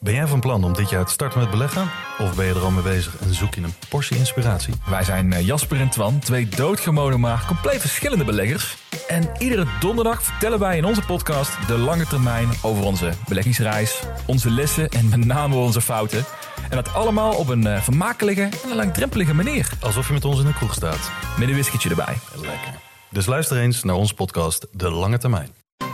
Ben jij van plan om dit jaar te starten met beleggen? Of ben je er al mee bezig en zoek je een portie inspiratie? Wij zijn Jasper en Twan, twee doodgewone maar compleet verschillende beleggers. En iedere donderdag vertellen wij in onze podcast de lange termijn over onze beleggingsreis, onze lessen en met name onze fouten. En dat allemaal op een vermakelijke en een langdrempelige manier. Alsof je met ons in een kroeg staat. Met een whiskytje erbij. Lekker. Dus luister eens naar onze podcast De Lange Termijn.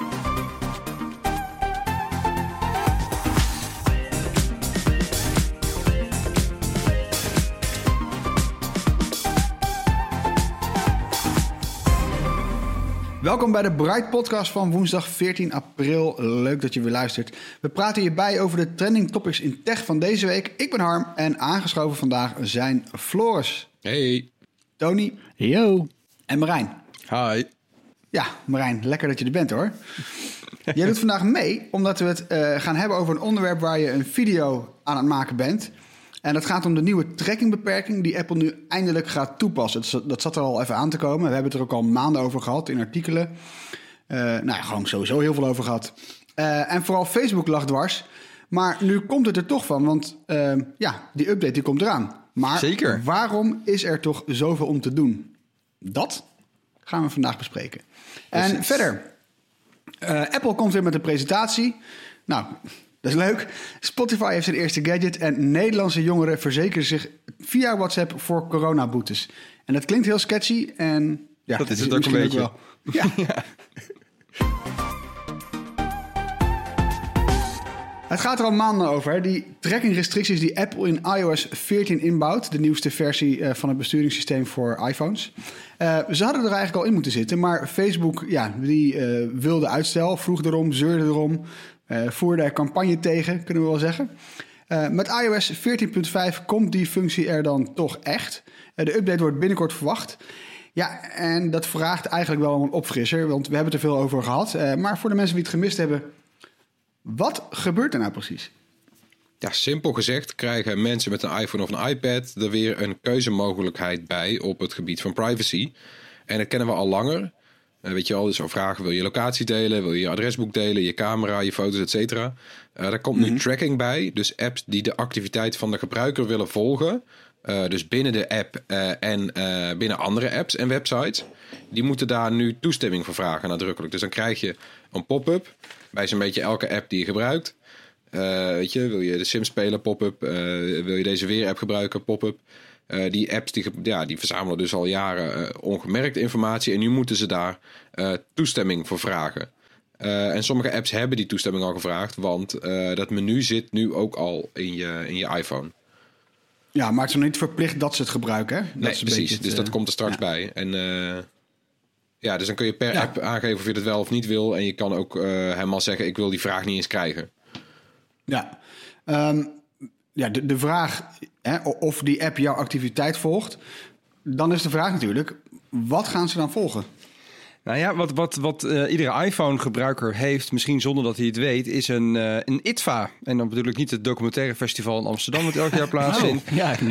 Welkom bij de Bright Podcast van woensdag 14 april. Leuk dat je weer luistert. We praten hierbij over de trending topics in tech van deze week. Ik ben Harm en aangeschoven vandaag zijn Floris. Hey. Tony. Yo. En Marijn. Hi. Ja, Marijn, lekker dat je er bent hoor. Jij doet vandaag mee omdat we het gaan hebben over een onderwerp waar je een video aan het maken bent. En dat gaat om de nieuwe trackingbeperking die Apple nu eindelijk gaat toepassen. Dat zat er al even aan te komen. We hebben het er ook al maanden over gehad in artikelen. Gewoon sowieso heel veel over gehad. En vooral Facebook lag dwars. Maar nu komt het er toch van, want die update die komt eraan. Maar zeker. Waarom is er toch zoveel om te doen? Dat gaan we vandaag bespreken. Precies. En verder, Apple komt weer met een presentatie. Nou, dat is leuk. Spotify heeft zijn eerste gadget en Nederlandse jongeren verzekeren zich via WhatsApp voor coronaboetes. En dat klinkt heel sketchy en ja, dat is het ook een beetje. Wel. Ja. Ja. Het gaat er al maanden over, hè? Die trackingrestricties die Apple in iOS 14 inbouwt, de nieuwste versie van het besturingssysteem voor iPhones. Ze hadden er eigenlijk al in moeten zitten, maar Facebook wilde uitstel, vroeg erom, zeurde erom. Voerde er campagne tegen, kunnen we wel zeggen. Met iOS 14.5 komt die functie er dan toch echt. De update wordt binnenkort verwacht. Ja, en dat vraagt eigenlijk wel een opfrisser, want we hebben het er veel over gehad. Maar voor de mensen die het gemist hebben, wat gebeurt er nou precies? Ja, simpel gezegd krijgen mensen met een iPhone of een iPad er weer een keuzemogelijkheid bij op het gebied van privacy. En dat kennen we al langer. Weet je al, dus al vragen, wil je locatie delen, wil je je adresboek delen, je camera, je foto's, et cetera. Daar komt nu tracking bij, dus apps die de activiteit van de gebruiker willen volgen. Dus binnen de app en binnen andere apps en websites. Die moeten daar nu toestemming voor vragen nadrukkelijk. Dus dan krijg je een pop-up bij zo'n beetje elke app die je gebruikt. Weet je, wil je de Sims spelen, pop-up. Wil je deze weer-app gebruiken, pop-up. Die apps die verzamelen dus al jaren ongemerkt informatie. En nu moeten ze daar toestemming voor vragen. En sommige apps hebben die toestemming al gevraagd. Want dat menu zit nu ook al in je iPhone. Ja, maar het is nog niet verplicht dat ze het gebruiken, hè? Nee, precies. Dus dat komt er straks bij. En dus dan kun je per app aangeven of je dat wel of niet wil. En je kan ook helemaal zeggen, ik wil die vraag niet eens krijgen. Ja, de vraag of die app jouw activiteit volgt, dan is de vraag natuurlijk, wat gaan ze dan volgen? Nou ja, wat iedere iPhone-gebruiker heeft, misschien zonder dat hij het weet, is een ITVA. En dan bedoel ik niet het documentaire festival in Amsterdam, dat elk jaar plaatsvindt.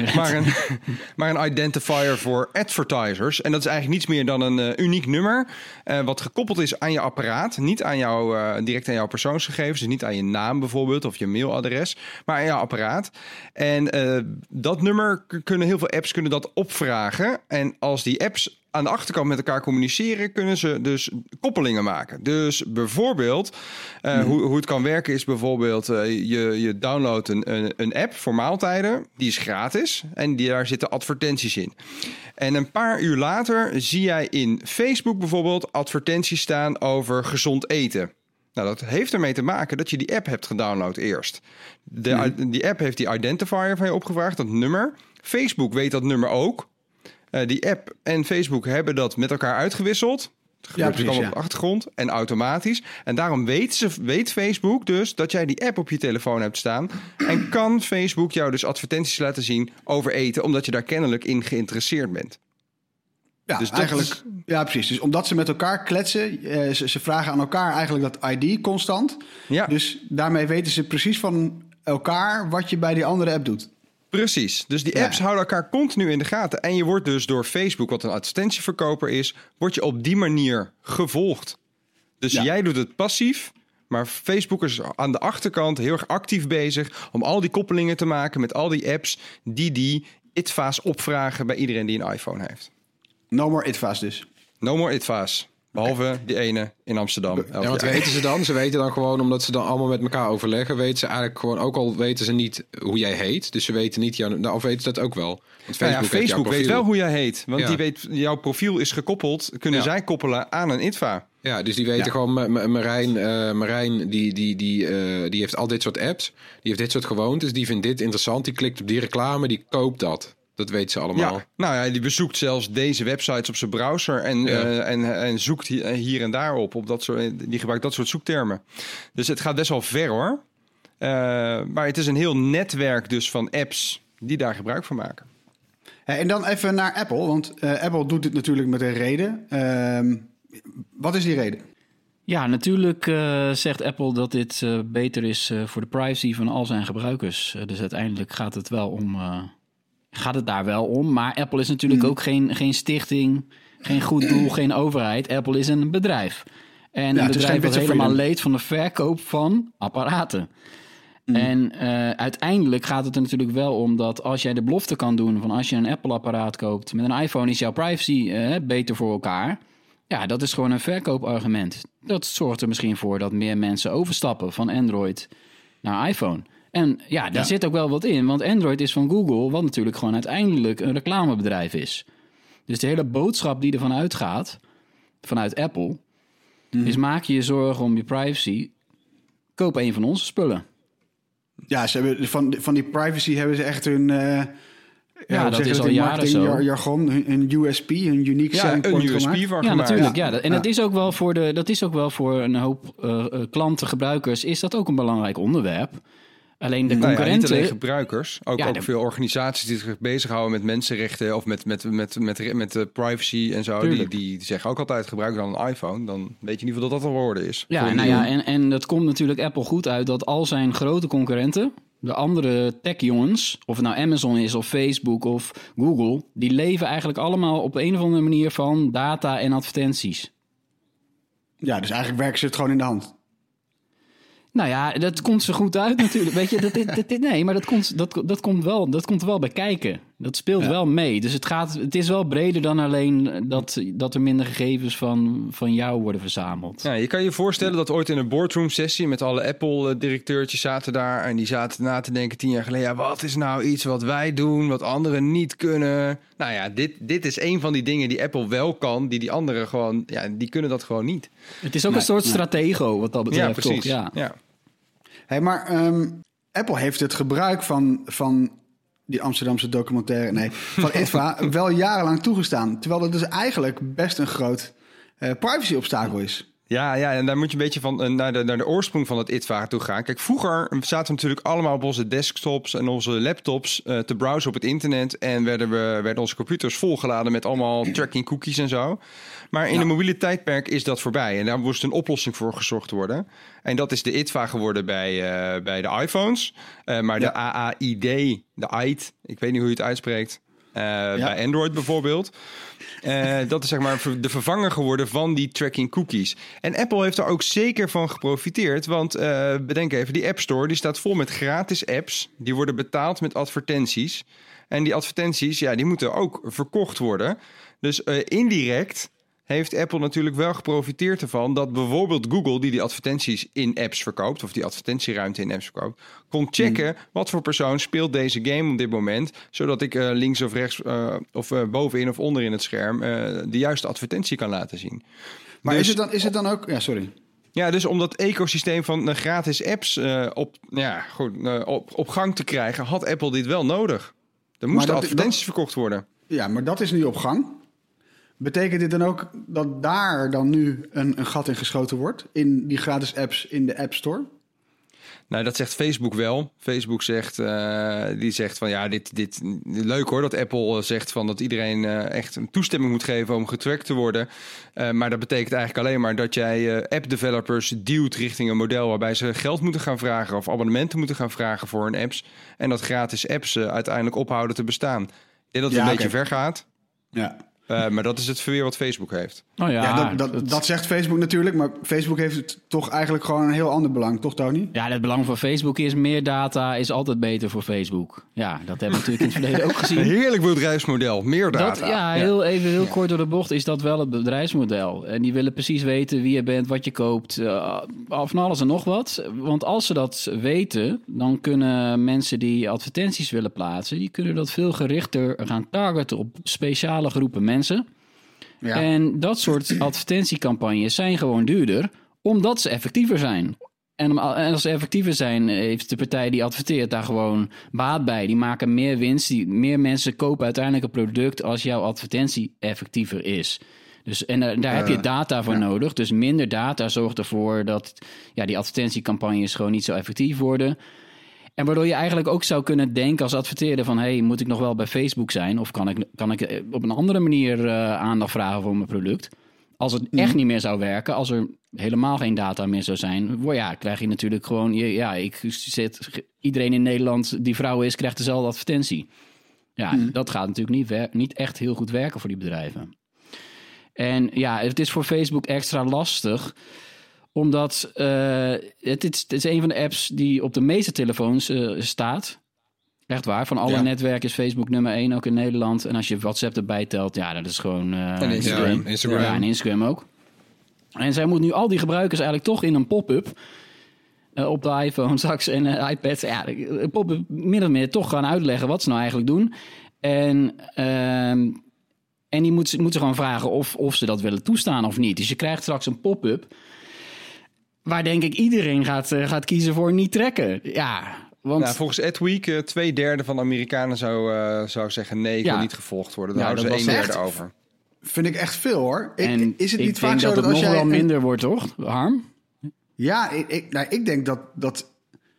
Maar een identifier voor advertisers. En dat is eigenlijk niets meer dan een uniek nummer, wat gekoppeld is aan je apparaat. Niet aan direct aan jouw persoonsgegevens, dus niet aan je naam bijvoorbeeld of je mailadres, maar aan jouw apparaat. En dat nummer kunnen heel veel apps dat opvragen. En als die apps aan de achterkant met elkaar communiceren, kunnen ze dus koppelingen maken. Dus bijvoorbeeld, hoe het kan werken is bijvoorbeeld, je downloadt een app voor maaltijden. Die is gratis en daar zitten advertenties in. En een paar uur later zie jij in Facebook bijvoorbeeld advertenties staan over gezond eten. Nou, dat heeft ermee te maken dat je die app hebt gedownload eerst. Die app heeft die identifier van je opgevraagd, dat nummer. Facebook weet dat nummer ook. Die app en Facebook hebben dat met elkaar uitgewisseld. Het gebeurt dus allemaal op de achtergrond en automatisch. En daarom weet Facebook dus dat jij die app op je telefoon hebt staan. En kan Facebook jou dus advertenties laten zien over eten, omdat je daar kennelijk in geïnteresseerd bent. Ja, dus eigenlijk. Ja, precies. Dus omdat ze met elkaar kletsen, ze vragen aan elkaar eigenlijk dat ID constant. Ja. Dus daarmee weten ze precies van elkaar wat je bij die andere app doet. Precies. Dus die apps houden elkaar continu in de gaten. En je wordt dus door Facebook, wat een advertentieverkoper is, word je op die manier gevolgd. Dus jij doet het passief, Maar Facebook is aan de achterkant heel erg actief bezig om al die koppelingen te maken met al die apps die ITVA's opvragen bij iedereen die een iPhone heeft. No more ITVA's dus. No more ITVA's. Behalve die ene in Amsterdam. Ja, wat weten ze dan? Ze weten dan gewoon, omdat ze dan allemaal met elkaar overleggen, weten ze eigenlijk gewoon, ook al weten ze niet hoe jij heet. Dus ze weten niet, of weten ze dat ook wel? Want Facebook weet wel hoe jij heet. Want die weet, jouw profiel is gekoppeld. Kunnen zij koppelen aan een ITVA. Ja, dus die weten gewoon, Marijn die heeft al dit soort apps. Die heeft dit soort gewoontes. Die vindt dit interessant. Die klikt op die reclame. Die koopt dat. Dat weten ze allemaal. Ja, nou ja, die bezoekt zelfs deze websites op zijn browser en zoekt hier en daar op dat soort, die gebruikt dat soort zoektermen. Dus het gaat best wel ver hoor. Maar het is een heel netwerk dus van apps die daar gebruik van maken. En dan even naar Apple, want Apple doet dit natuurlijk met een reden. Wat is die reden? Ja, natuurlijk zegt Apple dat dit beter is voor de privacy van al zijn gebruikers. Dus uiteindelijk gaat het daar wel om. Maar Apple is natuurlijk ook geen stichting, geen goed doel, geen overheid. Apple is een bedrijf. En een bedrijf dat helemaal leeft van de verkoop van apparaten. En uiteindelijk gaat het er natuurlijk wel om dat als jij de belofte kan doen van als je een Apple-apparaat koopt met een iPhone is jouw privacy beter voor elkaar. Ja, dat is gewoon een verkoopargument. Dat zorgt er misschien voor dat meer mensen overstappen van Android naar iPhone. En daar zit ook wel wat in, want Android is van Google, wat natuurlijk gewoon uiteindelijk een reclamebedrijf is. Dus de hele boodschap die ervan uitgaat, vanuit Apple, is maak je zorgen om je privacy, koop een van onze spullen. Ja, ze hebben van die privacy hebben ze echt hun... dat is al jaren zo. Jargon, een USP, een unique selling point een USP gemaakt. Ja, natuurlijk. Ja. En dat is ook wel voor een hoop klanten, gebruikers, is dat ook een belangrijk onderwerp. Alleen de concurrenten... niet alleen gebruikers, ook veel organisaties die zich bezighouden met mensenrechten of met privacy en zo. Die zeggen ook altijd gebruik dan een iPhone. Dan weet je in ieder geval dat dat een woorden is. Ja, en dat komt natuurlijk Apple goed uit dat al zijn grote concurrenten, de andere tech-jongens, of het nou Amazon is of Facebook of Google, die leven eigenlijk allemaal op een of andere manier van data en advertenties. Ja, dus eigenlijk werken ze het gewoon in de hand. Nou ja, dat komt zo goed uit natuurlijk. Weet je, nee, maar dat komt wel bij kijken. Dat speelt wel mee. Dus het is wel breder dan alleen dat er minder gegevens van jou worden verzameld. Ja, je kan je voorstellen dat ooit in een boardroom sessie met alle Apple-directeurtjes zaten daar en die zaten na te denken 10 jaar geleden, ja, wat is nou iets wat wij doen, wat anderen niet kunnen? Nou ja, dit is een van die dingen die Apple wel kan, die anderen gewoon, die kunnen dat gewoon niet. Het is ook een soort stratego wat dat betreft. Ja, precies. Toch? Ja. Hey, maar Apple heeft het gebruik van die Amsterdamse documentaire, van ITVA wel jarenlang toegestaan. Terwijl dat dus eigenlijk best een groot privacy-obstakel is. Ja, en daar moet je een beetje van naar de oorsprong van het ITVA toe gaan. Kijk, vroeger zaten we natuurlijk allemaal op onze desktops en onze laptops te browsen op het internet. En werden onze computers volgeladen met allemaal tracking cookies en zo. Maar in de mobiele tijdperk is dat voorbij. En daar moest een oplossing voor gezocht worden. En dat is de ITVA geworden bij de iPhones. Maar de AAID, de AID, ik weet niet hoe je het uitspreekt. Bij Android bijvoorbeeld. Dat is zeg maar de vervanger geworden van die tracking cookies. En Apple heeft daar ook zeker van geprofiteerd. Want bedenk even, die App Store die staat vol met gratis apps. Die worden betaald met advertenties. En die advertenties, die moeten ook verkocht worden. Dus indirect heeft Apple natuurlijk wel geprofiteerd ervan dat bijvoorbeeld Google, die advertenties in apps verkoopt, of die advertentieruimte in apps verkoopt, kon checken wat voor persoon speelt deze game op dit moment, zodat ik links of rechts of bovenin of onderin het scherm de juiste advertentie kan laten zien. Maar dus, is het dan ook... Ja, sorry. Ja, dus om dat ecosysteem van gratis apps op gang te krijgen, had Apple dit wel nodig. Er moesten advertenties verkocht worden. Ja, maar dat is nu op gang. Betekent dit dan ook dat daar dan nu een gat in geschoten wordt? In die gratis apps in de App Store? Nou, dat zegt Facebook wel. Facebook zegt van dit leuk hoor, dat Apple zegt van dat iedereen echt een toestemming moet geven om getrackt te worden. Maar dat betekent eigenlijk alleen maar dat jij app-developers duwt richting een model waarbij ze geld moeten gaan vragen of abonnementen moeten gaan vragen voor hun apps. En dat gratis apps uiteindelijk ophouden te bestaan. Ik denk dat het een beetje ver gaat. Ja. Maar dat is het verweer wat Facebook heeft. Oh ja, dat zegt Facebook natuurlijk, maar Facebook heeft het toch eigenlijk gewoon een heel ander belang, toch Tony? Ja, het belang van Facebook is meer data is altijd beter voor Facebook. Ja, dat hebben we natuurlijk in het verleden ook gezien. Een heerlijk bedrijfsmodel, meer data. Heel kort door de bocht is dat wel het bedrijfsmodel. En die willen precies weten wie je bent, wat je koopt, van alles en nog wat. Want als ze dat weten, dan kunnen mensen die advertenties willen plaatsen, die kunnen dat veel gerichter gaan targeten op speciale groepen mensen. Ja. En dat soort advertentiecampagnes zijn gewoon duurder, omdat ze effectiever zijn. En als ze effectiever zijn, heeft de partij die adverteert daar gewoon baat bij. Die maken meer winst, meer mensen kopen uiteindelijk een product als jouw advertentie effectiever is. Dus, en daar heb je data voor nodig. Dus minder data zorgt ervoor dat die advertentiecampagnes gewoon niet zo effectief worden. En waardoor je eigenlijk ook zou kunnen denken als adverteerder van, moet ik nog wel bij Facebook zijn? Of kan ik op een andere manier aandacht vragen voor mijn product? Als het echt niet meer zou werken, als er helemaal geen data meer zou zijn, krijg je natuurlijk gewoon, iedereen in Nederland die vrouw is, krijgt dezelfde advertentie. Ja, dat gaat natuurlijk niet echt heel goed werken voor die bedrijven. En het is voor Facebook extra lastig, omdat het is een van de apps die op de meeste telefoons staat. Echt waar. Van alle netwerken is Facebook nummer 1, ook in Nederland. En als je WhatsApp erbij telt, dat is gewoon Instagram. Ja, en Instagram ook. En zij moet nu al die gebruikers eigenlijk toch in een pop-up op de iPhone straks en iPad. Ja, een pop-up min of meer toch gaan uitleggen wat ze nou eigenlijk doen. En die moet ze gewoon vragen of ze dat willen toestaan of niet. Dus je krijgt straks een pop-up waar denk ik iedereen gaat kiezen voor niet trekken. Ja, want volgens Adweek 2/3 van de Amerikanen zou zeggen nee, ik wil niet gevolgd worden. Dan houden ze 1/3 over. Vind ik echt veel hoor. Is het niet vaak zo dat als jij... Ik denk dat het nog wel minder wordt, toch, Harm? Ja, ik denk dat...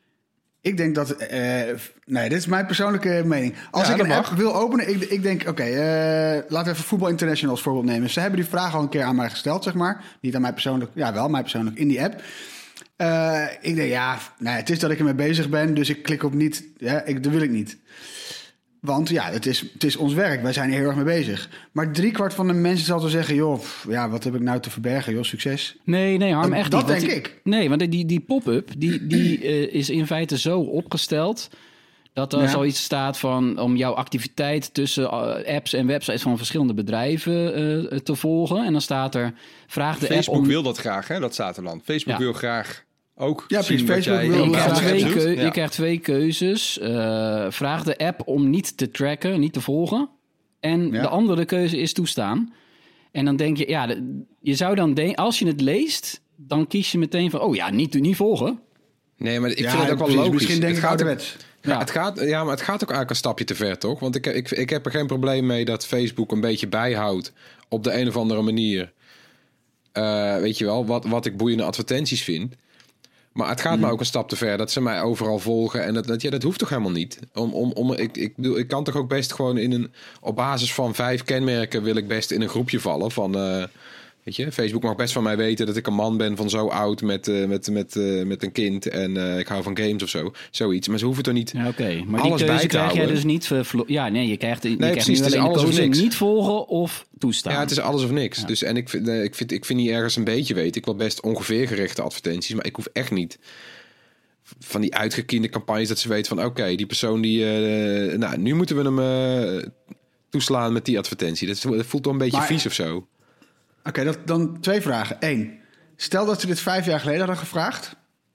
dit is mijn persoonlijke mening. Als ik een app wil openen, ik denk... laten we even Voetbal International als voorbeeld nemen. Ze hebben die vraag al een keer aan mij gesteld, zeg maar. Niet aan mij persoonlijk, wel mij persoonlijk in die app. Ik denk, het is dat ik ermee bezig ben, dus ik klik op niet. Dat wil ik niet. Want het is ons werk. Wij zijn er heel erg mee bezig. Maar 3/4 van de mensen zal toch zeggen, joh, wat heb ik nou te verbergen, joh, succes. Nee, Harm, echt niet. Dat denk ik. Nee, want die pop-up, die is in feite zo opgesteld dat er zoiets staat van om jouw activiteit tussen apps en websites van verschillende bedrijven te volgen. En dan staat er, vraag de Facebook app om... wil dat graag, hè? Dat staat er dan. Facebook wil graag ook zien wat jij... Je krijgt 2 keuzes. Vraag de app om niet te tracken, niet te volgen. En de andere keuze is toestaan. En dan denk je, je zou dan denken, als je het leest, dan kies je meteen van, niet volgen. Nee, maar ik vind het ook wel logisch. Misschien denk ik ouderwets. Maar het gaat ook eigenlijk een stapje te ver, toch? Want ik heb er geen probleem mee dat Facebook een beetje bijhoudt op de een of andere manier. Weet je wel, wat ik boeiende advertenties vind. Maar het gaat me ook een stap te ver dat ze mij overal volgen. En dat hoeft toch helemaal niet? Ik kan toch ook best gewoon op basis van 5 kenmerken wil ik best in een groepje vallen van... Weet je, Facebook mag best van mij weten dat ik een man ben van zo oud met een kind en ik hou van games of zo. Zoiets. Maar ze hoeven toch niet maar alles die bij te krijg houden. jij dus niet... je krijgt precies, het is alles of niks. Niet volgen of toestaan. Ja, het is alles of niks. Ja. Dus, en ik vind niet ergens een beetje weten. Ik wil best ongeveer gerichte advertenties, maar ik hoef echt niet van die uitgekiende campagnes dat ze weten van oké, die persoon die... nu moeten we hem toeslaan met die advertentie. Dat voelt toch een beetje vies of zo. Oké, dan 2 vragen. 1. Stel dat ze dit 5 jaar geleden hadden gevraagd.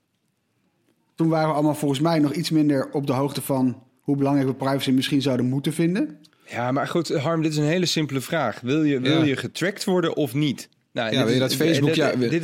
Toen waren we allemaal volgens mij nog iets minder op de hoogte van hoe belangrijk we privacy misschien zouden moeten vinden. Ja, maar goed, Harm, dit is een hele simpele vraag. Wil je getracked worden of niet? Nou, wil je dat Facebook,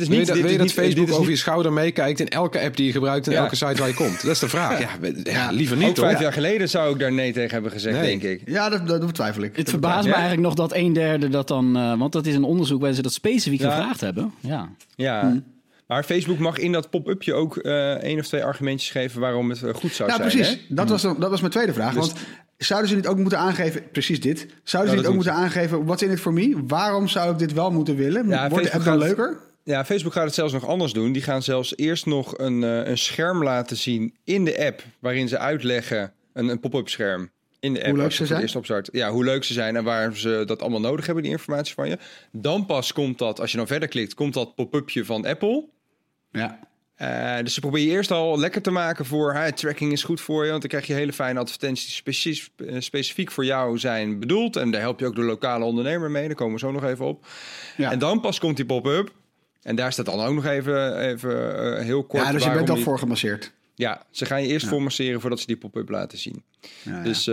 over je schouder meekijkt in elke app die je gebruikt en elke site waar je komt? Dat is de vraag. Liever niet. Ook 5 jaar geleden zou ik daar nee tegen hebben gezegd, denk ik. Ja, dat betwijfel ik. Het verbaast me eigenlijk nog dat 1/3 dat dan... want dat is een onderzoek waar ze dat specifiek gevraagd hebben. Ja. Maar Facebook mag in dat pop-upje ook 1 of 2 argumentjes geven waarom het goed zou zijn. Precies. Hè? Dat was mijn tweede vraag. Dus, want zouden ze niet ook moeten aangeven... Precies dit. Zouden ze niet ook moeten aangeven... What's in it for me? Waarom zou ik dit wel moeten willen? Wordt de app dan leuker? Ja, Facebook gaat het zelfs nog anders doen. Die gaan zelfs eerst nog een scherm laten zien in de app... waarin ze uitleggen... Een pop-up scherm... In de app, hoe leuk als je ze voor het zijn? eerst opstart. Ja, hoe leuk ze zijn en waar ze dat allemaal nodig hebben, die informatie van je. Dan pas komt dat, als je dan verder klikt, komt dat pop-upje van Apple. Ja. Dus ze probeer je eerst al lekker te maken voor tracking is goed voor je. Want dan krijg je hele fijne advertenties specifiek voor jou zijn bedoeld. En daar help je ook de lokale ondernemer mee. Daar komen we zo nog even op. Ja. En dan pas komt die pop-up. En daar staat dan ook nog even heel kort. Ja, dus je bent al voorgemasseerd. Ja, ze gaan je eerst voormasseren voordat ze die pop-up laten zien. Ja, Dus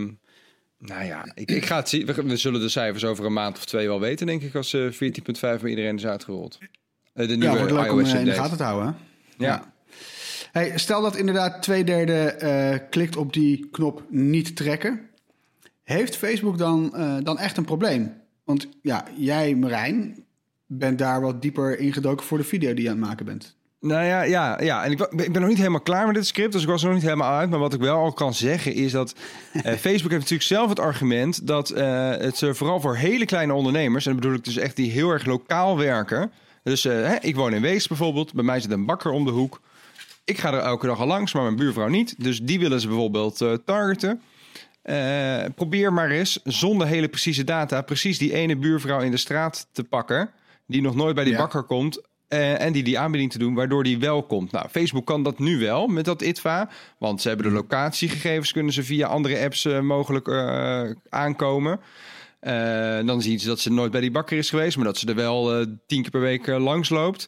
ik ga het zien. We zullen de cijfers over een maand of 2 wel weten, denk ik, als 14.5 bij iedereen is uitgerold. De nieuwe wordt leuk om in de iOS-update. gaten te houden. Ja. Hey, stel dat inderdaad 2/3 klikt op die knop niet trekken. Heeft Facebook dan echt een probleem? Want ja, jij, Marijn, bent daar wat dieper ingedoken voor de video die je aan het maken bent. Nou ja. En ik ben nog niet helemaal klaar met dit script, dus ik was er nog niet helemaal uit. Maar wat ik wel al kan zeggen is dat Facebook heeft natuurlijk zelf het argument dat het vooral voor hele kleine ondernemers, en dat bedoel ik dus echt die heel erg lokaal werken. Dus ik woon in Wees bijvoorbeeld, bij mij zit een bakker om de hoek. Ik ga er elke dag al langs, maar mijn buurvrouw niet. Dus die willen ze bijvoorbeeld targeten. Probeer maar eens zonder hele precieze data precies die ene buurvrouw in de straat te pakken die nog nooit bij die bakker komt. En die aanbieding te doen, waardoor die wel komt. Nou, Facebook kan dat nu wel met dat ITVA. Want ze hebben de locatiegegevens, kunnen ze via andere apps mogelijk aankomen. Dan zien ze dat ze nooit bij die bakker is geweest, maar dat ze er wel 10 keer per week langs loopt.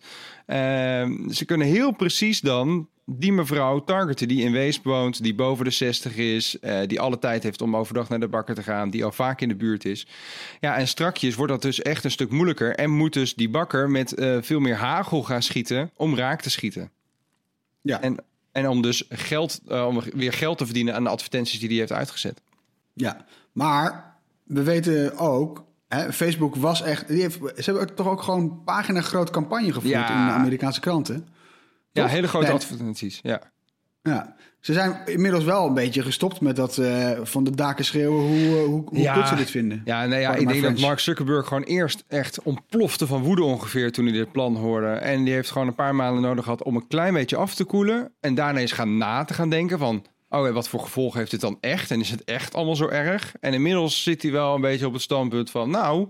Ze kunnen heel precies dan die mevrouw targeten die in Weesp woont, die boven de 60 is, die alle tijd heeft om overdag naar de bakker te gaan, die al vaak in de buurt is. Ja, en strakjes wordt dat dus echt een stuk moeilijker en moet dus die bakker met veel meer hagel gaan schieten om raak te schieten. Ja. En om dus om weer geld te verdienen aan de advertenties die hij heeft uitgezet. Ja, maar we weten ook, Facebook was echt, ze hebben toch ook gewoon pagina groot campagne gevoerd in de Amerikaanse kranten. Ja, hele grote advertenties, Ja, ze zijn inmiddels wel een beetje gestopt met dat van de daken schreeuwen hoe goed ze dit vinden. Ja, ik denk dat Mark Zuckerberg gewoon eerst echt ontplofte van woede ongeveer toen hij dit plan hoorde. En die heeft gewoon een paar maanden nodig gehad om een klein beetje af te koelen. En daarna eens te gaan denken van, wat voor gevolgen heeft dit dan echt? En is het echt allemaal zo erg? En inmiddels zit hij wel een beetje op het standpunt van,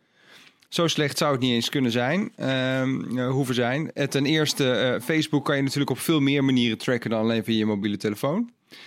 zo slecht zou het niet eens kunnen zijn, hoeven zijn. Ten eerste, Facebook kan je natuurlijk op veel meer manieren tracken dan alleen via je mobiele telefoon.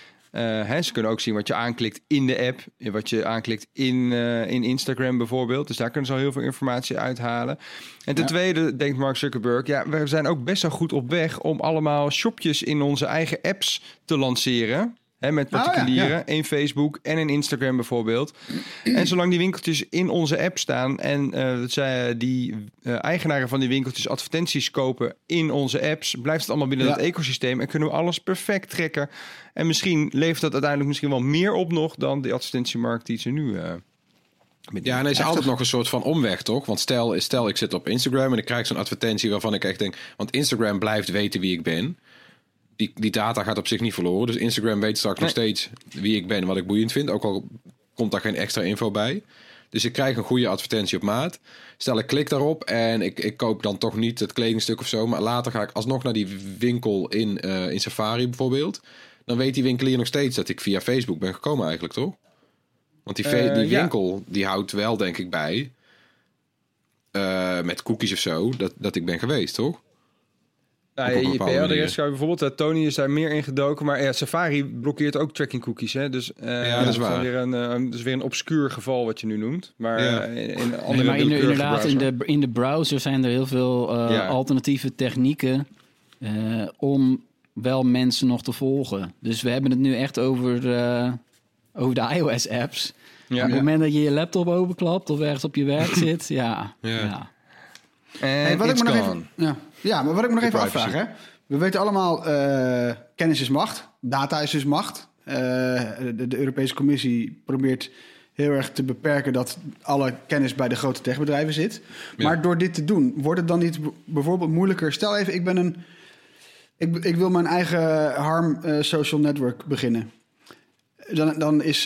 Ze kunnen ook zien wat je aanklikt in de app, wat je aanklikt in Instagram bijvoorbeeld. Dus daar kunnen ze al heel veel informatie uithalen. En ten tweede denkt Mark Zuckerberg, we zijn ook best wel goed op weg om allemaal shopjes in onze eigen apps te lanceren. Met particulieren in Facebook en in Instagram bijvoorbeeld. En zolang die winkeltjes in onze app staan en die eigenaren van die winkeltjes advertenties kopen in onze apps, blijft het allemaal binnen dat ecosysteem en kunnen we alles perfect trekken. En misschien levert dat uiteindelijk misschien wel meer op nog dan de advertentiemarkt die ze nu... Ja, en er is altijd nog een soort van omweg, toch? Want stel ik zit op Instagram en ik krijg zo'n advertentie waarvan ik echt denk, want Instagram blijft weten wie ik ben. Die data gaat op zich niet verloren. Dus Instagram weet straks nog steeds wie ik ben en wat ik boeiend vind. Ook al komt daar geen extra info bij. Dus ik krijg een goede advertentie op maat. Stel ik klik daarop en ik koop dan toch niet het kledingstuk of zo. Maar later ga ik alsnog naar die winkel in Safari bijvoorbeeld. Dan weet die winkelier nog steeds dat ik via Facebook ben gekomen eigenlijk, toch? Want die winkel die houdt wel denk ik bij met cookies of zo dat ik ben geweest, toch? Je IP-adres zou je bijvoorbeeld, Tony is daar meer in gedoken, maar Safari blokkeert ook tracking cookies. Hè? Dus dat is waar. Weer een obscuur geval wat je nu noemt. Maar inderdaad, in de browser zijn er heel veel alternatieve technieken om wel mensen nog te volgen. Dus we hebben het nu echt over de iOS-apps. Ja. Op het moment dat je je laptop openklapt of ergens op je werk zit, wat ik me nog even afvraag. Hè? We weten allemaal, kennis is macht. Data is dus macht. De Europese Commissie probeert heel erg te beperken dat alle kennis bij de grote techbedrijven zit. Ja. Maar door dit te doen, wordt het dan niet bijvoorbeeld moeilijker? Stel even, ik wil mijn eigen harm social network beginnen. Dan is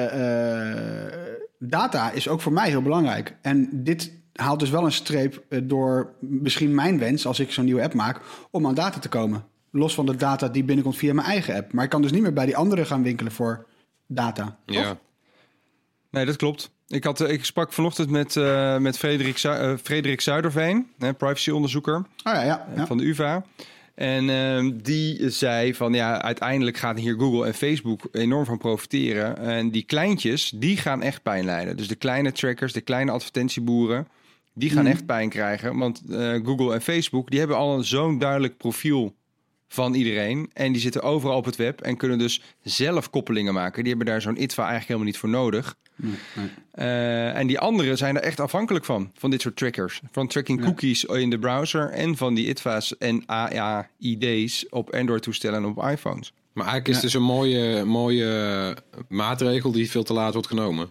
data is ook voor mij heel belangrijk. En dit haalt dus wel een streep door misschien mijn wens, als ik zo'n nieuwe app maak, om aan data te komen. Los van de data die binnenkomt via mijn eigen app. Maar ik kan dus niet meer bij die anderen gaan winkelen voor data. Ja. Toch? Nee, dat klopt. Ik sprak vanochtend met Frederik Zuiderveen, privacyonderzoeker van de UvA. En die zei van ja, uiteindelijk gaan hier Google en Facebook enorm van profiteren. En die kleintjes, die gaan echt pijn lijden. Dus de kleine trackers, de kleine advertentieboeren, die gaan echt pijn krijgen. Want Google en Facebook, die hebben al zo'n duidelijk profiel van iedereen. En die zitten overal op het web en kunnen dus zelf koppelingen maken. Die hebben daar zo'n ITVA eigenlijk helemaal niet voor nodig. En die anderen zijn er echt afhankelijk van dit soort trackers. Van tracking cookies in de browser en van die ITVA's en AID's op Android-toestellen en op iPhones. Maar eigenlijk is het dus een mooie maatregel die veel te laat wordt genomen.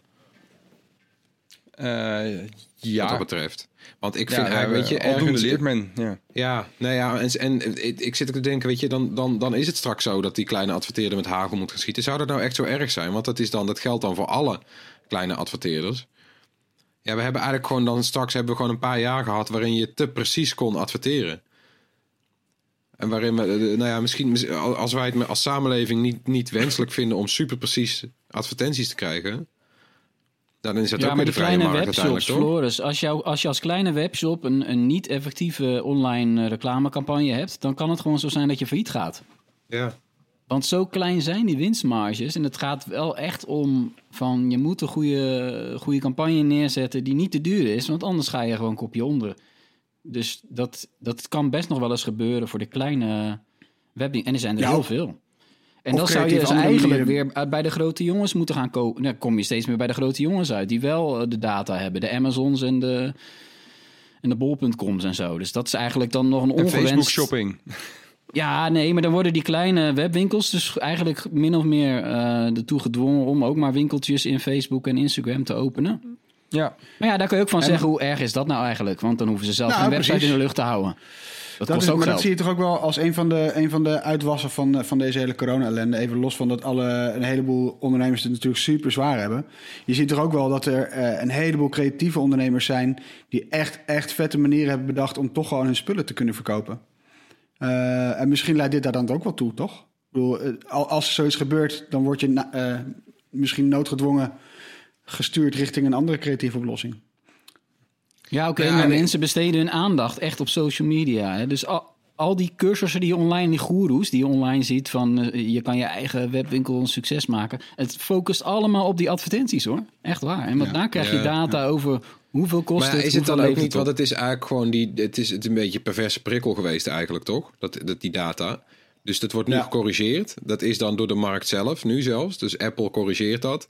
Wat dat betreft. Want ik vind eigenlijk, weet je, ergens leert men. En ik zit ook te denken, weet je, dan is het straks zo dat die kleine adverteerder met hagel moet geschieten. Zou dat nou echt zo erg zijn? Want dat geldt dan voor alle kleine adverteerders. Ja, we hebben eigenlijk hebben we gewoon een paar jaar gehad waarin je te precies kon adverteren. En waarin we, misschien als wij het als samenleving niet wenselijk vinden om super precies advertenties te krijgen, dan is dat ook weer de vrije markt uiteindelijk, toch? Floris, als je als kleine webshop een niet effectieve online reclamecampagne hebt, dan kan het gewoon zo zijn dat je failliet gaat. Ja. Want zo klein zijn die winstmarges. En het gaat wel echt om van je moet een goede campagne neerzetten die niet te duur is, want anders ga je gewoon kopje onder. Dus dat kan best nog wel eens gebeuren voor de kleine webdingen. En er zijn er heel veel. En dan zou je dus eigenlijk weer bij de grote jongens moeten gaan kopen. Dan kom je steeds meer bij de grote jongens uit die wel de data hebben. De Amazons en de bol.coms en zo. Dus dat is eigenlijk dan nog een ongewenst... Facebook shopping. Ja, nee, maar dan worden die kleine webwinkels dus eigenlijk min of meer ertoe gedwongen om ook maar winkeltjes in Facebook en Instagram te openen. Ja. Maar ja, daar kun je ook van zeggen, hoe erg is dat nou eigenlijk? Want dan hoeven ze zelf geen website in de lucht te houden. Dat kost ook geld. Dat zie je toch ook wel als een van de uitwassen van deze hele corona-ellende. Even los van dat een heleboel ondernemers het natuurlijk super zwaar hebben. Je ziet toch ook wel dat er een heleboel creatieve ondernemers zijn die echt vette manieren hebben bedacht om toch gewoon hun spullen te kunnen verkopen. En misschien leidt dit daar dan ook wel toe, toch? Ik bedoel, als er zoiets gebeurt, dan word je misschien noodgedwongen gestuurd richting een andere creatieve oplossing. Ja, oké, maar mensen besteden hun aandacht echt op social media. Hè? Dus al die cursussen die goeroes die je online ziet van je kan je eigen webwinkel een succes maken. Het focust allemaal op die advertenties, hoor. Echt waar. En daar krijg je data over hoeveel kost het. Maar is het dan ook niet, want het is eigenlijk gewoon het is een beetje een perverse prikkel geweest eigenlijk, toch? Dat die data. Dus dat wordt nu gecorrigeerd. Dat is dan door de markt zelf, nu zelfs. Dus Apple corrigeert dat.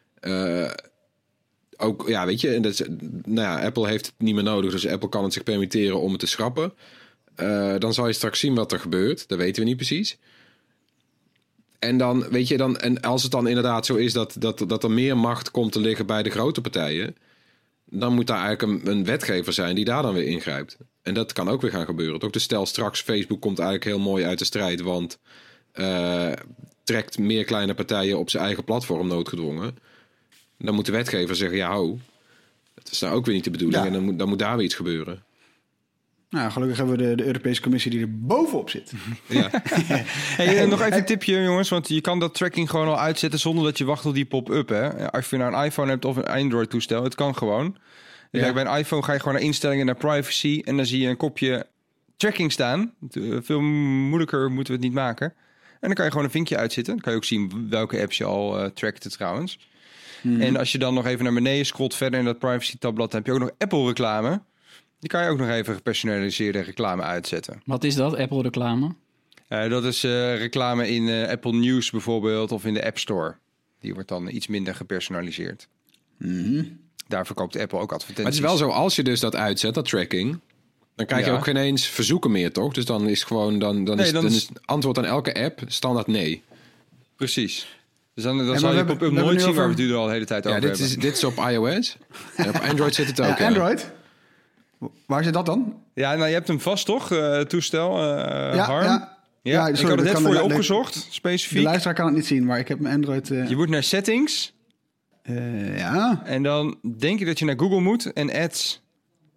Ook, ja, weet je, en dat is, Apple heeft het niet meer nodig, dus Apple kan het zich permitteren om het te schrappen. Dan zal je straks zien wat er gebeurt. Dat weten we niet precies. En dan, weet je, en als het dan inderdaad zo is dat er meer macht komt te liggen bij de grote partijen, dan moet daar eigenlijk een wetgever zijn die daar dan weer ingrijpt. En dat kan ook weer gaan gebeuren. Toch? Dus stel straks, Facebook komt eigenlijk heel mooi uit de strijd, want trekt meer kleine partijen op zijn eigen platform noodgedwongen. Dan moet de wetgever zeggen, dat is nou ook weer niet de bedoeling. Ja. En dan moet daar weer iets gebeuren. Nou, gelukkig hebben we de Europese Commissie die er bovenop zit. Ja. Nog even een tipje, jongens. Want je kan dat tracking gewoon al uitzetten zonder dat je wacht op die pop-up. Hè? Als je nou een iPhone hebt of een Android-toestel, het kan gewoon. Kijk, bij een iPhone ga je gewoon naar instellingen, naar privacy. En dan zie je een kopje tracking staan. Veel moeilijker moeten we het niet maken. En dan kan je gewoon een vinkje uitzetten. Dan kan je ook zien welke apps je al trackte trouwens. En als je dan nog even naar beneden scrolt verder in dat privacy-tabblad, dan heb je ook nog Apple-reclame. Die kan je ook nog even gepersonaliseerde reclame uitzetten. Wat is dat, Apple-reclame? Dat is reclame in Apple News bijvoorbeeld of in de App Store. Die wordt dan iets minder gepersonaliseerd. Daar verkoopt Apple ook advertenties. Maar het is wel zo, als je dus dat uitzet, dat tracking, dan krijg je ook geen eens verzoeken meer, toch? Dus dan is gewoon dan is het antwoord aan elke app standaard nee. Precies. Dus dan zal je pop-up nooit zien waar we het nu al de hele tijd over hebben. Dit is op iOS. En op Android zit het ook. Android? Waar zit dat dan? Ja, nou je hebt hem vast toch, toestel, Harm? Ja, ik had het net voor je opgezocht, specifiek. De luisteraar kan het niet zien, maar ik heb mijn Android... Je moet naar settings. Ja. En dan denk je dat je naar Google moet en ads.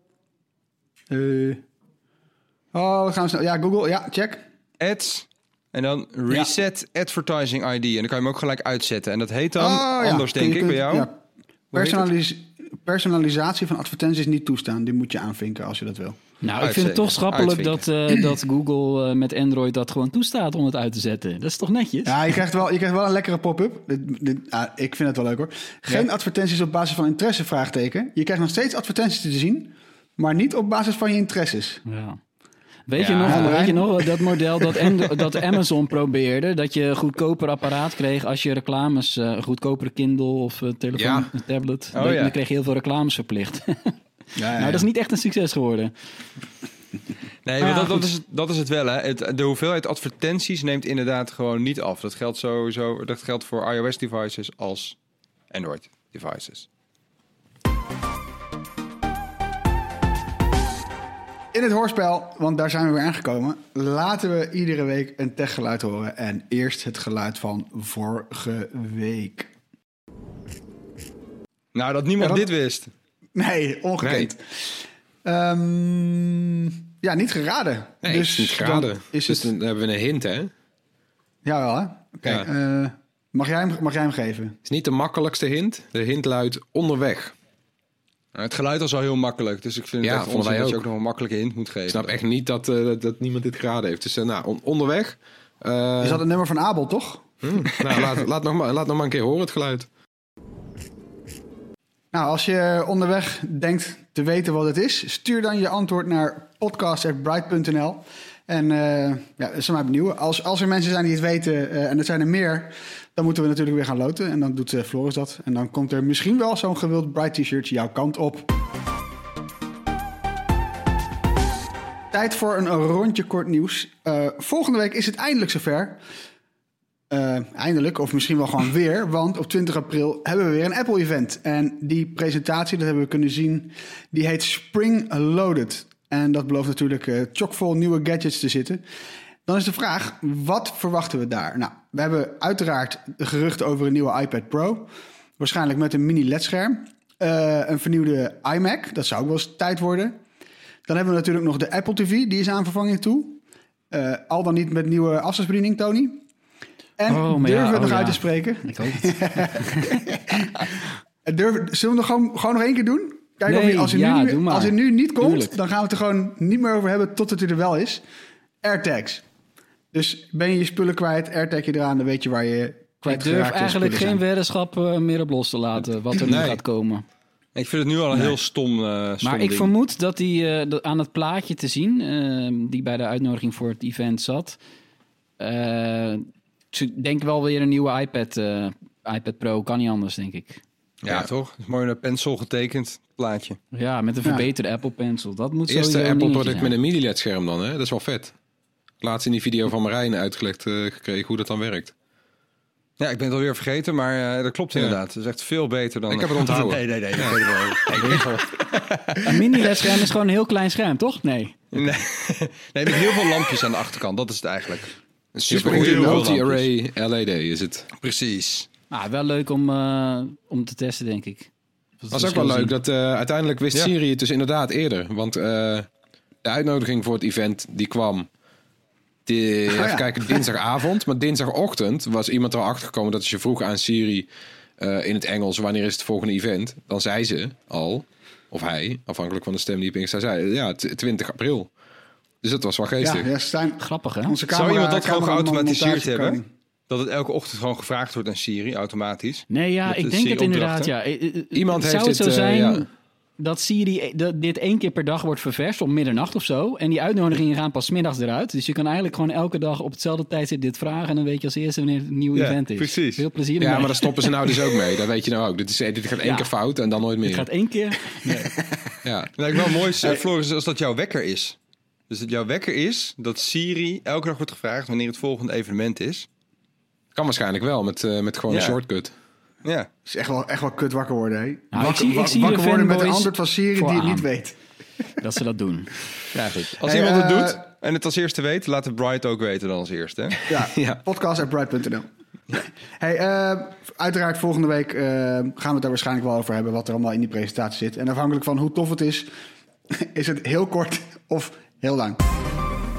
We gaan snel. Ja, Google, ja, check. Ads. En dan reset advertising ID. En dan kan je hem ook gelijk uitzetten. En dat heet dan anders, denk ik, bij jou. Ja, personalisatie van advertenties niet toestaan. Die moet je aanvinken als je dat wil. Nou, ik vind het toch schappelijk dat Google met Android dat gewoon toestaat om het uit te zetten. Dat is toch netjes? Ja, je krijgt wel een lekkere pop-up. Ik vind het wel leuk hoor. Geen advertenties op basis van interesse, vraagteken. Je krijgt nog steeds advertenties te zien, maar niet op basis van je interesses. Ja. Weet je nog dat model dat Amazon probeerde? Dat je een goedkoper apparaat kreeg als je reclames... een goedkopere Kindle of telefoon, een tablet. Dan kreeg je heel veel reclames verplicht. Nou, dat is niet echt een succes geworden. Nee, maar dat is het wel. Hè. De hoeveelheid advertenties neemt inderdaad gewoon niet af. Dat geldt sowieso. Dat geldt voor iOS-devices als Android-devices. In het hoorspel, want daar zijn we weer aangekomen, laten we iedere week een techgeluid horen. En eerst het geluid van vorige week. Nou, dat niemand dit wist. Nee, ongekend. Nee. Niet geraden. Nee, dus niet geraden. Dan hebben we een hint, hè? Jawel, hè? Oké. Ja. Mag jij hem geven? Het is niet de makkelijkste hint. De hint luidt onderweg. Nou, het geluid was al heel makkelijk, dus ik vind het echt onzin dat je ook nog een makkelijke hint moet geven. Ik snap echt niet dat niemand dit geraden heeft. Dus onderweg. Is dat het nummer van Abel, toch? Nou, laat nog maar een keer horen het geluid. Nou, als je onderweg denkt te weten wat het is, stuur dan je antwoord naar podcast@bright.nl. En dat is mij benieuwd. Als er mensen zijn die het weten, en er zijn er meer, dan moeten we natuurlijk weer gaan loten. En dan doet Floris dat. En dan komt er misschien wel zo'n gewild Bright t-shirt jouw kant op. Tijd voor een rondje kort nieuws. Volgende week is het eindelijk zover. Eindelijk, of misschien wel gewoon weer. Want op 20 april hebben we weer een Apple-event. En die presentatie, dat hebben we kunnen zien, die heet Spring Loaded. En dat belooft natuurlijk chockvol nieuwe gadgets te zitten. Dan is de vraag, wat verwachten we daar? Nou, we hebben uiteraard de geruchten over een nieuwe iPad Pro. Waarschijnlijk met een mini-LED-scherm. Een vernieuwde iMac, dat zou ook wel eens tijd worden. Dan hebben we natuurlijk nog de Apple TV, die is aan vervanging toe. Al dan niet met nieuwe afstandsbediening, Tony. En durven we het nog uit te spreken? Ik hoop het. Zullen we het gewoon nog één keer doen? Kijk, als hij nu niet komt, tuurlijk, dan gaan we het er gewoon niet meer over hebben tot het er wel is. AirTags. Dus ben je spullen kwijt, AirTag je eraan, dan weet je waar je kwijt. Ik durf eigenlijk geen weddenschap meer op los te laten wat er nu gaat komen. Ik vind het nu al een heel stom maar ik vermoed dat hij aan het plaatje te zien, die bij de uitnodiging voor het event zat, denk wel weer een nieuwe iPad Pro, kan niet anders, denk ik. Ja, toch? Het is mooi een pencil getekend plaatje. Ja, met een verbeterde Apple Pencil. Dat moet eerste Apple product met een mini-LED scherm dan, hè? Dat is wel vet. Laatst in die video van Marijn uitgelegd gekregen hoe dat dan werkt. Ja, ik ben het alweer vergeten, maar dat klopt inderdaad. Het is echt veel beter dan... Ik heb het onthouden. Nee. Een mini-LED-scherm is gewoon een heel klein scherm, toch? Nee, met heel veel lampjes aan de achterkant. Dat is het eigenlijk. Een supergoeie multi-array LED is het. Precies. Wel leuk om te testen, denk ik. Dat was ook wel leuk. Dat uiteindelijk wist Siri het dus inderdaad eerder. Want de uitnodiging voor het event die kwam... Even kijken, dinsdagavond. Maar dinsdagochtend was iemand erachter gekomen dat als je vroeg aan Siri in het Engels, wanneer is het volgende event? Dan zei ze al, of hij, afhankelijk van de stem die op Insta zei, 20 april. Dus dat was wel geestig. Ja, Stijn, grappig, hè? Zou iemand dat gewoon geautomatiseerd hebben? Dat het elke ochtend gewoon gevraagd wordt aan Siri, automatisch? Nee, ik denk het inderdaad, Iemand zou heeft het zo zijn... dat Siri dit 1 keer per dag wordt ververst om middernacht of zo. En die uitnodigingen gaan pas 's middags eruit. Dus je kan eigenlijk gewoon elke dag op hetzelfde tijdstip dit vragen. En dan weet je als eerste wanneer het een nieuw event is. Precies. Veel plezier ermee. Ja, maar daar stoppen ze nou dus ook mee. Dat weet je nou ook. Dit gaat 1 keer fout en dan nooit meer. Het gaat 1 keer. Nee. Ja. Lijkt wel mooi, Floris, als dat jouw wekker is. Dus dat jouw wekker is dat Siri elke dag wordt gevraagd wanneer het volgende evenement is. Kan waarschijnlijk wel met gewoon een shortcut. Ja. Het is echt wel kut wakker worden, hè? Nou, ik zie wakker worden met een antwoord van Siri die het niet weet. Dat ze dat doen. Ja, goed. Als iemand het doet en het als eerste weet, laat het Bright ook weten dan als eerste. Ja. podcast@bright.nl. Hey, uiteraard volgende week gaan we het daar waarschijnlijk wel over hebben wat er allemaal in die presentatie zit. En afhankelijk van hoe tof het is, is het heel kort of heel lang.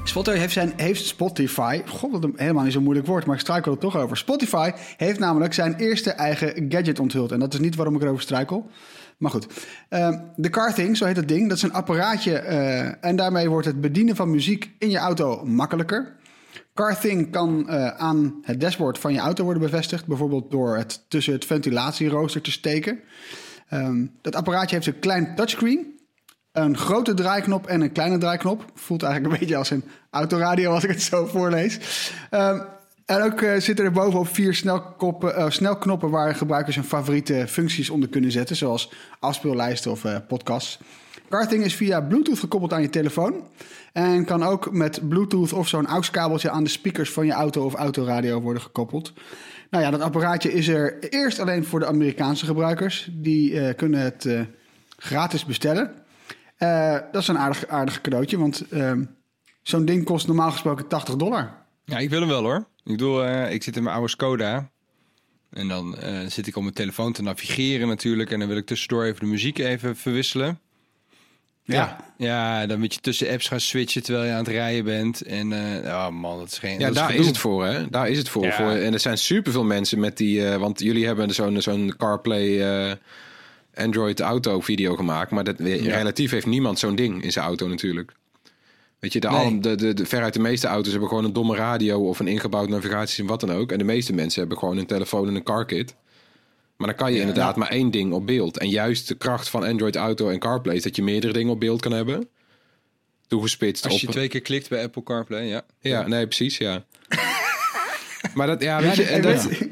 Heeft Spotify... God, wat een helemaal niet zo'n moeilijk woord, maar ik struikel er toch over. Spotify heeft namelijk zijn eerste eigen gadget onthuld. En dat is niet waarom ik erover struikel. Maar goed. De Car Thing, zo heet het ding. Dat is een apparaatje en daarmee wordt het bedienen van muziek in je auto makkelijker. Car Thing kan aan het dashboard van je auto worden bevestigd. Bijvoorbeeld door het tussen het ventilatierooster te steken. Dat apparaatje heeft een klein touchscreen, een grote draaiknop en een kleine draaiknop. Voelt eigenlijk een beetje als een autoradio als ik het zo voorlees. En ook zitten er bovenop 4 snelknoppen waar gebruikers hun favoriete functies onder kunnen zetten. Zoals afspeellijsten of podcasts. Car Thing is via Bluetooth gekoppeld aan je telefoon. En kan ook met Bluetooth of zo'n AUX-kabeltje aan de speakers van je auto of autoradio worden gekoppeld. Nou ja, dat apparaatje is er eerst alleen voor de Amerikaanse gebruikers. Die kunnen het gratis bestellen. Dat is een aardig cadeautje, want zo'n ding kost normaal gesproken $80. Ja, ik wil hem wel hoor. Ik bedoel, ik zit in mijn oude Skoda. En dan zit ik op mijn telefoon te navigeren natuurlijk. En dan wil ik tussendoor even de muziek even verwisselen. Ja, dan moet je tussen apps gaan switchen terwijl je aan het rijden bent. En oh man, dat is geen... Ja, daar is het voor, hè? Daar is het voor. Ja. En er zijn superveel mensen met die... want jullie hebben zo'n CarPlay Android Auto video gemaakt. Maar relatief heeft niemand zo'n ding in zijn auto natuurlijk. Weet je, veruit de meeste auto's hebben gewoon een domme radio of een ingebouwd navigatiesysteem, wat dan ook. En de meeste mensen hebben gewoon een telefoon en een CarKit. Maar dan kan je inderdaad maar één ding op beeld. En juist de kracht van Android Auto en CarPlay is dat je meerdere dingen op beeld kan hebben. Toegespitst als je 2 keer klikt bij Apple CarPlay, ja. Ja, nee, precies, ja. Maar dat, ja, weet je, en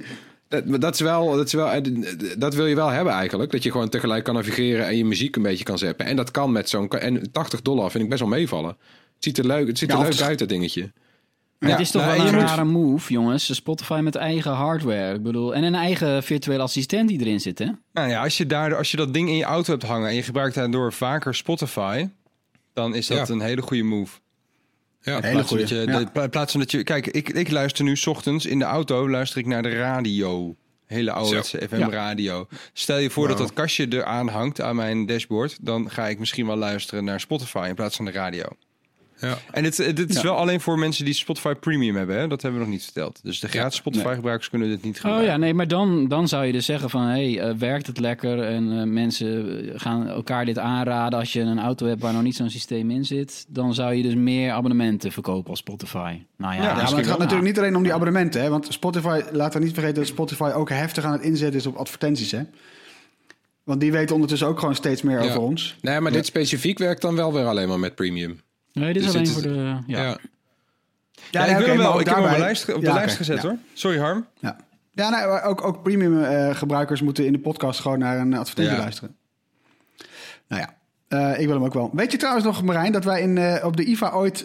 dat wil je wel hebben eigenlijk. Dat je gewoon tegelijk kan navigeren en je muziek een beetje kan zappen. En dat kan met zo'n... En $80 vind ik best wel meevallen. Het ziet er leuk uit, dat dingetje. Ja, het is toch wel een rare move, jongens. Spotify met eigen hardware. Ik bedoel, en een eigen virtuele assistent die erin zit, hè? Nou ja, als je dat ding in je auto hebt hangen en je gebruikt daardoor vaker Spotify, dan is dat een hele goede move. Ja, in plaats van dat je... Kijk, ik luister nu 's ochtends in de auto, luister ik naar de radio. Hele ouderwetse FM-radio. Stel je voor dat dat kastje eraan hangt aan mijn dashboard, dan ga ik misschien wel luisteren naar Spotify in plaats van de radio. Ja. En dit is wel alleen voor mensen die Spotify Premium hebben, hè? Dat hebben we nog niet verteld. Dus de gratis Spotify-gebruikers kunnen dit niet gebruiken. Oh ja, nee, maar dan zou je dus zeggen van... werkt het lekker? En mensen gaan elkaar dit aanraden. Als je een auto hebt waar nog niet zo'n systeem in zit... dan zou je dus meer abonnementen verkopen als Spotify. Nou ja, maar het gaat natuurlijk niet alleen om die abonnementen. Hè? Want Spotify, laat er niet vergeten dat Spotify ook heftig aan het inzetten is op advertenties, hè? Want die weten ondertussen ook gewoon steeds meer over ons. Nee, maar dit specifiek werkt dan wel weer alleen maar met premium. Nee, dit is dus alleen voor de... Ik wil hem wel. Ik heb hem op de lijst gezet, hoor. Sorry, Harm. Ja, nee, ook premium gebruikers moeten in de podcast gewoon naar een advertentie luisteren. Nou ja, ik wil hem ook wel. Weet je trouwens nog, Marijn, dat wij op de IFA ooit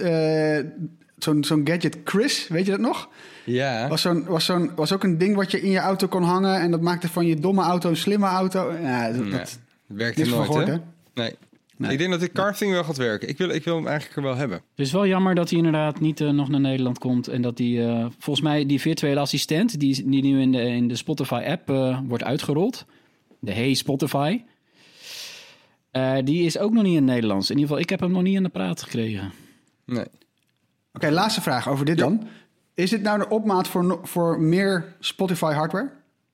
zo'n gadget Chris, weet je dat nog? Ja. Was ook een ding wat je in je auto kon hangen en dat maakte van je domme auto een slimme auto. Ja, dat werkt er nooit, hè? Nee. Ik denk dat de Car Thing wel gaat werken. Ik wil hem eigenlijk er wel hebben. Het is wel jammer dat hij inderdaad niet nog naar Nederland komt. En dat die, volgens mij, die virtuele assistent... die nu in de Spotify-app wordt uitgerold. De Hey Spotify. Die is ook nog niet in het Nederlands. In ieder geval, ik heb hem nog niet in de praat gekregen. Nee. Oké, laatste vraag over dit dan. Is dit nou de opmaat voor meer Spotify-hardware?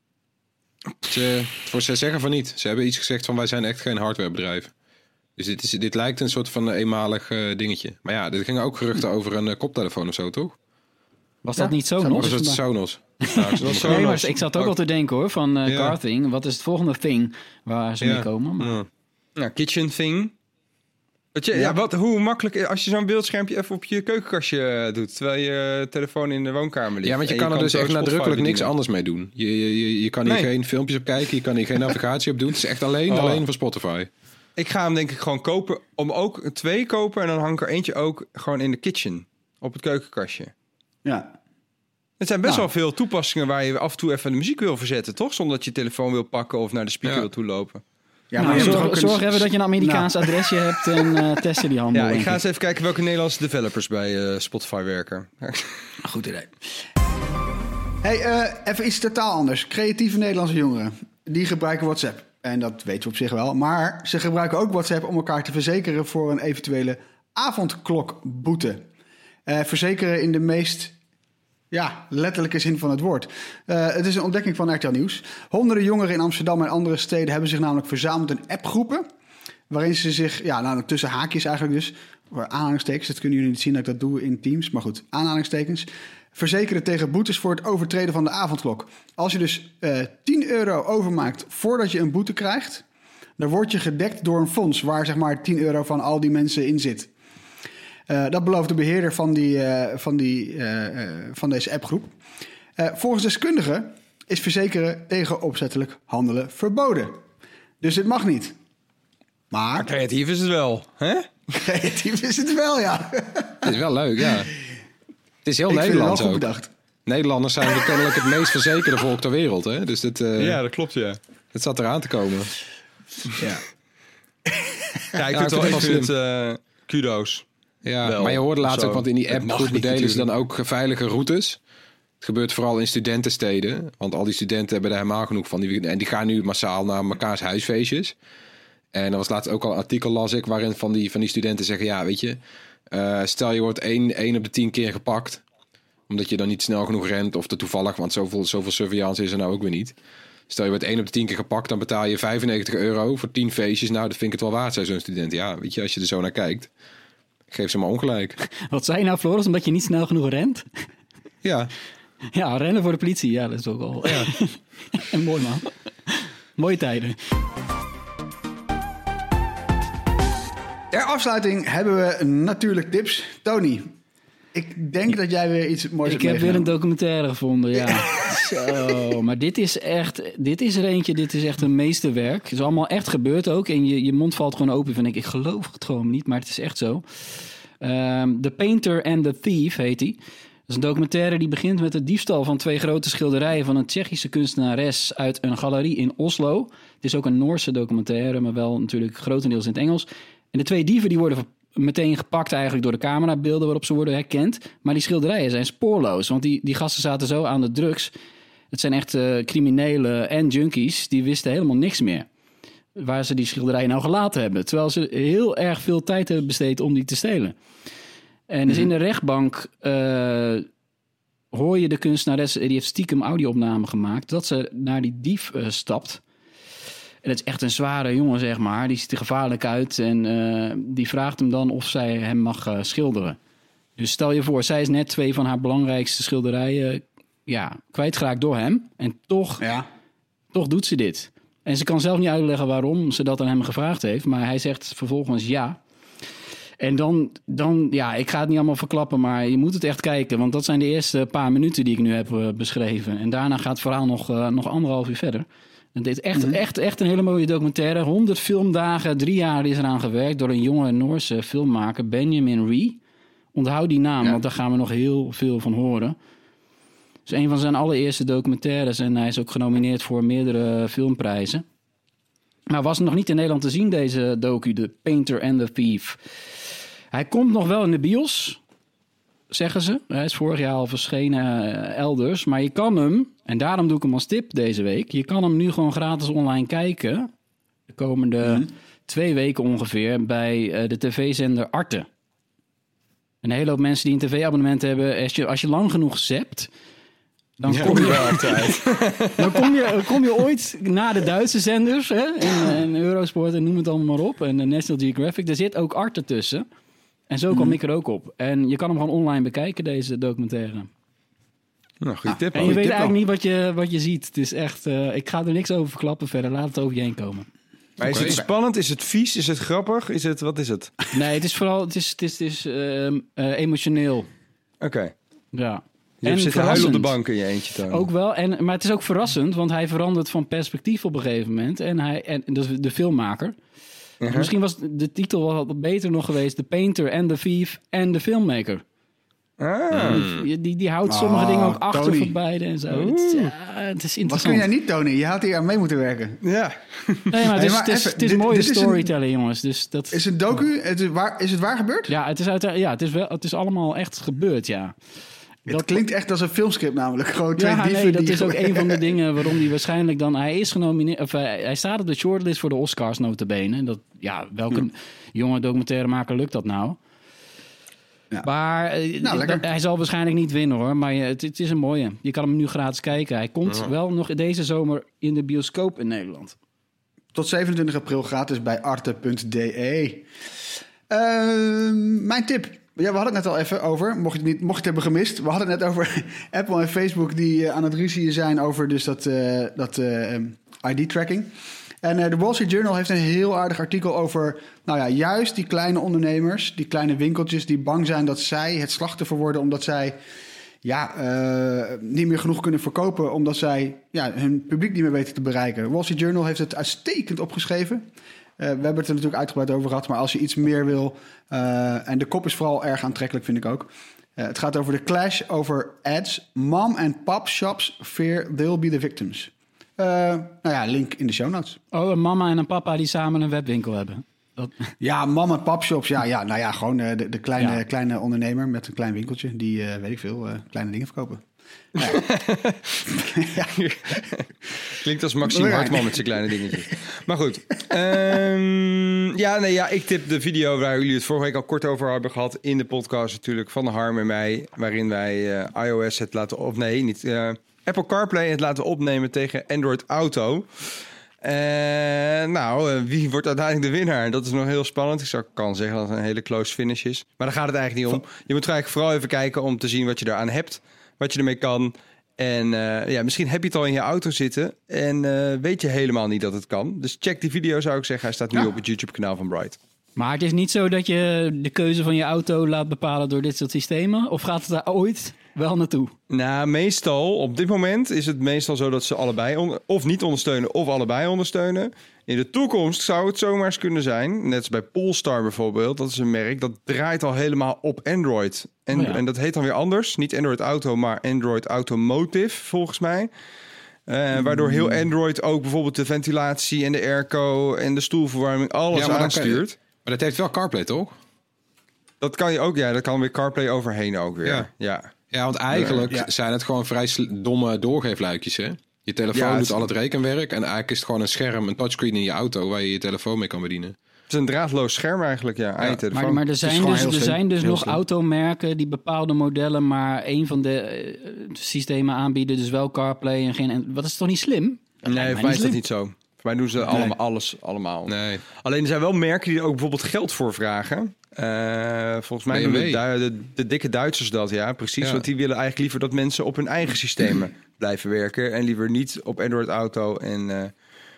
Ze zeggen van niet. Ze hebben iets gezegd van wij zijn echt geen hardwarebedrijf. Dus dit lijkt een soort van eenmalig dingetje. Maar ja, er gingen ook geruchten over een koptelefoon of zo, toch? Was dat niet Sonos? Was het Sonos? Nee, maar ik zat ook al te denken hoor, van Car Thing. Wat is het volgende thing waar ze mee komen? Maar... Nou, Kitchen Thing. Hoe makkelijk, als je zo'n beeldschermpje even op je keukenkastje doet, terwijl je telefoon in de woonkamer ligt. Ja, want je kan er dus echt nadrukkelijk niks anders mee doen. Je kan hier geen filmpjes op kijken, je kan hier geen navigatie op doen. Het is echt alleen voor Spotify. Ik ga hem denk ik gewoon kopen, om ook 2 kopen en dan hang ik er eentje ook gewoon in de kitchen, op het keukenkastje. Ja. Het zijn best wel veel toepassingen waar je af en toe even de muziek wil verzetten, toch? Zonder dat je telefoon wil pakken of naar de speaker wil toelopen. Ja, maar zorg even dat je een Amerikaans adresje hebt en testen die handel. Ja, ik ga eens even kijken welke Nederlandse developers bij Spotify werken. Goed idee. Hey, even iets totaal anders. Creatieve Nederlandse jongeren, die gebruiken WhatsApp. En dat weten we op zich wel. Maar ze gebruiken ook WhatsApp om elkaar te verzekeren voor een eventuele avondklokboete. Verzekeren in de meest letterlijke zin van het woord. Het is een ontdekking van RTL Nieuws. Honderden jongeren in Amsterdam en andere steden hebben zich namelijk verzameld in appgroepen, waarin ze zich, tussen haakjes eigenlijk dus, aanhalingstekens, dat kunnen jullie niet zien dat ik dat doe in Teams, maar goed, aanhalingstekens, verzekeren tegen boetes voor het overtreden van de avondklok. Als je dus €10 overmaakt voordat je een boete krijgt, dan word je gedekt door een fonds waar zeg maar €10 van al die mensen in zit. Dat belooft de beheerder van deze appgroep. Volgens deskundigen is verzekeren tegen opzettelijk handelen verboden. Dus dit mag niet. Maar creatief is het wel, hè? Creatief is het wel, ja. Het is wel leuk, ja. Het is heel Nederlands ook. Bedacht. Nederlanders zijn kennelijk het meest verzekerde volk ter wereld, hè? Dus ja, dat klopt, ja. Het zat eraan te komen. Ja. Ja, ik vind het wel kudo's. Ja, wel, maar je hoorde laatst ook, want in die appgroepen delen ze dan ook veilige routes. Het gebeurt vooral in studentensteden. Want al die studenten hebben er helemaal genoeg van. En die gaan nu massaal naar mekaars huisfeestjes. En er was laatst ook al een artikel, las ik, waarin van die studenten zeggen, ja, weet je, stel je wordt 1 op de 10 keer gepakt, omdat je dan niet snel genoeg rent of te toevallig, want zoveel surveillance is er nou ook weer niet. Stel je wordt 1 op de 10 keer gepakt, dan betaal je €95 voor 10 feestjes. Nou, dat vind ik het wel waard, zei zo'n student. Ja, weet je, als je er zo naar kijkt, geef ze maar ongelijk. Wat zei je nou, Floris, omdat je niet snel genoeg rent? Ja. Ja, rennen voor de politie, ja, dat is ook al. Ja. Mooi, man. Mooie tijden. Ter afsluiting hebben we natuurlijk tips. Tony, ik denk dat jij weer iets moois hebt Ik heb weer een documentaire gevonden, ja. Zo, maar dit is er eentje, dit is echt een meesterwerk. Het is allemaal echt gebeurd ook. En je mond valt gewoon open. Van ik geloof het gewoon niet, maar het is echt zo. The Painter and the Thief heet die. Dat is een documentaire die begint met het diefstal van 2 grote schilderijen van een Tsjechische kunstenares uit een galerie in Oslo. Het is ook een Noorse documentaire, maar wel natuurlijk grotendeels in het Engels. En de 2 dieven die worden meteen gepakt eigenlijk door de camerabeelden waarop ze worden herkend. Maar die schilderijen zijn spoorloos, want die gasten zaten zo aan de drugs. Het zijn echt criminelen en junkies, die wisten helemaal niks meer waar ze die schilderijen nou gelaten hebben. Terwijl ze heel erg veel tijd hebben besteed om die te stelen. En dus in de rechtbank hoor je de kunstenares, die heeft stiekem audio-opname gemaakt, dat ze naar die dief stapt. En dat is echt een zware jongen, zeg maar. Die ziet er gevaarlijk uit en die vraagt hem dan of zij hem mag schilderen. Dus stel je voor, zij is net 2 van haar belangrijkste schilderijen kwijtgeraakt door hem. En toch doet ze dit. En ze kan zelf niet uitleggen waarom ze dat aan hem gevraagd heeft, maar hij zegt vervolgens ja. En dan, ik ga het niet allemaal verklappen, maar je moet het echt kijken. Want dat zijn de eerste paar minuten die ik nu heb beschreven. En daarna gaat het verhaal nog 1,5 uur verder. Het is echt een hele mooie documentaire. 100 filmdagen, 3 jaar is eraan gewerkt door een jonge Noorse filmmaker, Benjamin Ree. Onthoud die naam, want daar gaan we nog heel veel van horen. Het is een van zijn allereerste documentaires en hij is ook genomineerd voor meerdere filmprijzen. Maar was nog niet in Nederland te zien, deze docu, The Painter and the Thief. Hij komt nog wel in de bios, zeggen ze. Hij is vorig jaar al verschenen elders. Maar je kan hem, en daarom doe ik hem als tip deze week, je kan hem nu gewoon gratis online kijken. De komende 2 weken ongeveer bij de tv-zender Arte. Een hele hoop mensen die een tv-abonnement hebben, als je lang genoeg zapt, dan kom je wel altijd. Dan kom je ooit naar de Duitse zenders, hè? En Eurosport en noem het allemaal maar op. En de National Geographic. Er zit ook Arte tussen. En zo kwam ik er ook op. En je kan hem gewoon online bekijken, deze documentaire. Nou, goede tip. En je weet eigenlijk niet wat je ziet. Het is echt, ik ga er niks over verklappen verder. Laat het over je heen komen. Maar is het spannend? Is het vies? Is het grappig? Wat is het? Nee, het is vooral het is emotioneel. Oké. Ja. Je hebt zitten huilen op de bank in je eentje, Toon. Ook wel, maar het is ook verrassend, want hij verandert van perspectief op een gegeven moment. En dus de filmmaker. Uh-huh. Misschien was de titel wel wat beter nog geweest. The Painter and the Thief and the Filmmaker. Die houdt sommige dingen ook achter voor beide en zo. Het is interessant. Wat kun jij niet, Tony? Je had hier aan mee moeten werken. Ja. Nee, maar het is mooie storytelling, jongens. Dus dat is een docu? Is het waar gebeurd? Ja, het is allemaal echt gebeurd, ja. Het klinkt echt als een filmscript namelijk. Gewoon 2 dieven dat is ook een van de dingen waarom hij waarschijnlijk dan... Hij is genomineerd, of hij staat op de shortlist voor de Oscars nota bene. Welke jonge documentairemaker lukt dat nou? Ja. Maar hij zal waarschijnlijk niet winnen hoor. Maar het is een mooie. Je kan hem nu gratis kijken. Hij komt wel nog deze zomer in de bioscoop in Nederland. Tot 27 april gratis bij arte.de. Mijn tip. Ja, we hadden het net al even over, mocht je het hebben gemist. We hadden het net over Apple en Facebook die aan het ruzien zijn over dus dat ID-tracking. En de Wall Street Journal heeft een heel aardig artikel over... juist die kleine ondernemers, die kleine winkeltjes... die bang zijn dat zij het slachtoffer worden... omdat zij niet meer genoeg kunnen verkopen... omdat zij hun publiek niet meer weten te bereiken. De Wall Street Journal heeft het uitstekend opgeschreven. We hebben het er natuurlijk uitgebreid over gehad... maar als je iets meer wil... en de kop is vooral erg aantrekkelijk, vind ik ook... het gaat over de clash over ads. Mom and pop shops fear they'll be the victims... link in de show notes. Oh, een mama en een papa die samen een webwinkel hebben. Ja, mom en pop shops. Gewoon de kleine ondernemer met een klein winkeltje. Die, weet ik veel, kleine dingen verkopen. Klinkt als Maxime Hartman met zijn kleine dingetjes. Maar goed. Ik tip de video waar jullie het vorige week al kort over hebben gehad... in de podcast natuurlijk van Harm en mij... waarin wij iOS het laten Apple CarPlay het laten opnemen tegen Android Auto. Wie wordt uiteindelijk de winnaar? Dat is nog heel spannend. Ik kan zeggen dat het een hele close finish is. Maar daar gaat het eigenlijk niet om. Je moet eigenlijk vooral even kijken om te zien wat je eraan hebt. Wat je ermee kan. En misschien heb je het al in je auto zitten. En weet je helemaal niet dat het kan. Dus check die video, zou ik zeggen. Hij staat nu op het YouTube-kanaal van Bright. Maar het is niet zo dat je de keuze van je auto laat bepalen door dit soort systemen? Of gaat het daar ooit wel naartoe? Nou, meestal, op dit moment is het meestal zo dat ze allebei of niet ondersteunen of allebei ondersteunen. In de toekomst zou het zomaar eens kunnen zijn, net als bij Polestar bijvoorbeeld, dat is een merk, dat draait al helemaal op Android. En dat heet dan weer anders, niet Android Auto, maar Android Automotive volgens mij. Waardoor heel Android ook bijvoorbeeld de ventilatie en de airco en de stoelverwarming alles aanstuurt. Maar dat heeft wel CarPlay, toch? Dat kan je ook, dat kan weer CarPlay overheen ook weer. Ja, want eigenlijk zijn het gewoon vrij domme doorgeefluikjes, hè? Je telefoon doet al het rekenwerk en eigenlijk is het gewoon een scherm, een touchscreen in je auto waar je je telefoon mee kan bedienen. Het is een draadloos scherm eigenlijk, Maar er zijn dus nog automerken die bepaalde modellen maar één van de systemen aanbieden, dus wel CarPlay en geen... Wat is toch niet slim? Nee, voor mij is dat niet zo. Voor mij doen ze allemaal. Nee. Alleen er zijn wel merken die er ook bijvoorbeeld geld voor vragen. Volgens mij doen de dikke Duitsers dat, precies. Ja. Want die willen eigenlijk liever dat mensen op hun eigen systemen blijven werken. En liever niet op Android Auto en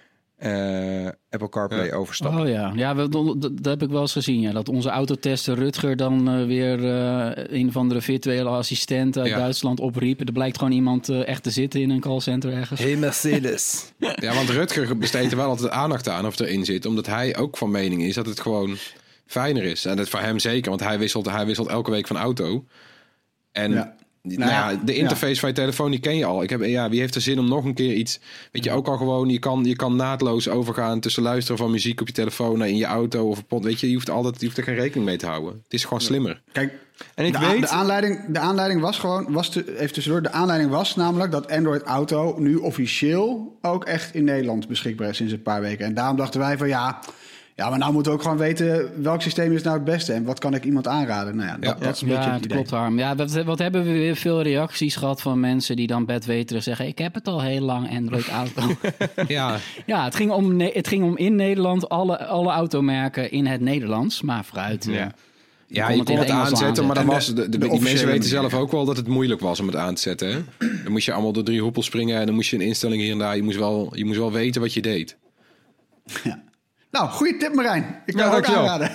Apple CarPlay overstappen. Oh ja, dat heb ik wel eens gezien. Dat onze autotester Rutger dan weer een van de virtuele assistenten uit Duitsland opriep. Er blijkt gewoon iemand echt te zitten in een callcenter ergens. Hey Mercedes. Ja, want Rutger besteedt er wel altijd aandacht aan of het erin zit. Omdat hij ook van mening is dat het gewoon fijner is. En dat voor hem zeker, want hij wisselt elke week van auto. En de interface van je telefoon, die ken je al. Wie heeft er zin om nog een keer iets... Weet je, ook al gewoon, je kan naadloos overgaan tussen luisteren van muziek op je telefoon naar in je auto of een weet je, je hoeft er geen rekening mee te houden. Het is gewoon slimmer. Kijk, en de aanleiding was gewoon, even tussendoor, de aanleiding was namelijk dat Android Auto nu officieel ook echt in Nederland beschikbaar is sinds een paar weken. En daarom dachten wij van maar nou moeten we ook gewoon weten welk systeem is nou het beste en wat kan ik iemand aanraden. Dat is een beetje het idee. Klopt, Harm. Ja, wat hebben we weer veel reacties gehad van mensen die dan bedweterig zeggen: ik heb het al heel lang, Android Auto. Het ging om in Nederland alle automerken in het Nederlands, maar vooruit. Je kon het aanzetten, maar die mensen weten zelf ook wel dat het moeilijk was om het aan te zetten. Hè? Dan moest je allemaal door 3 hoepels springen en dan moest je een instelling hier en daar. Je moest wel weten wat je deed. Ja. Nou, goede tip Marijn. Ik kan het ook aanraden.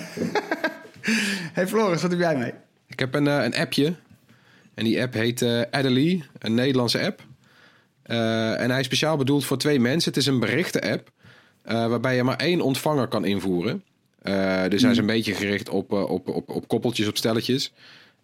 Hey Floris, wat heb jij mee? Ik heb een appje. En die app heet Adderly, een Nederlandse app. En hij is speciaal bedoeld voor 2 mensen. Het is een berichtenapp waarbij je maar 1 ontvanger kan invoeren. Dus hij is een beetje gericht op koppeltjes, op stelletjes.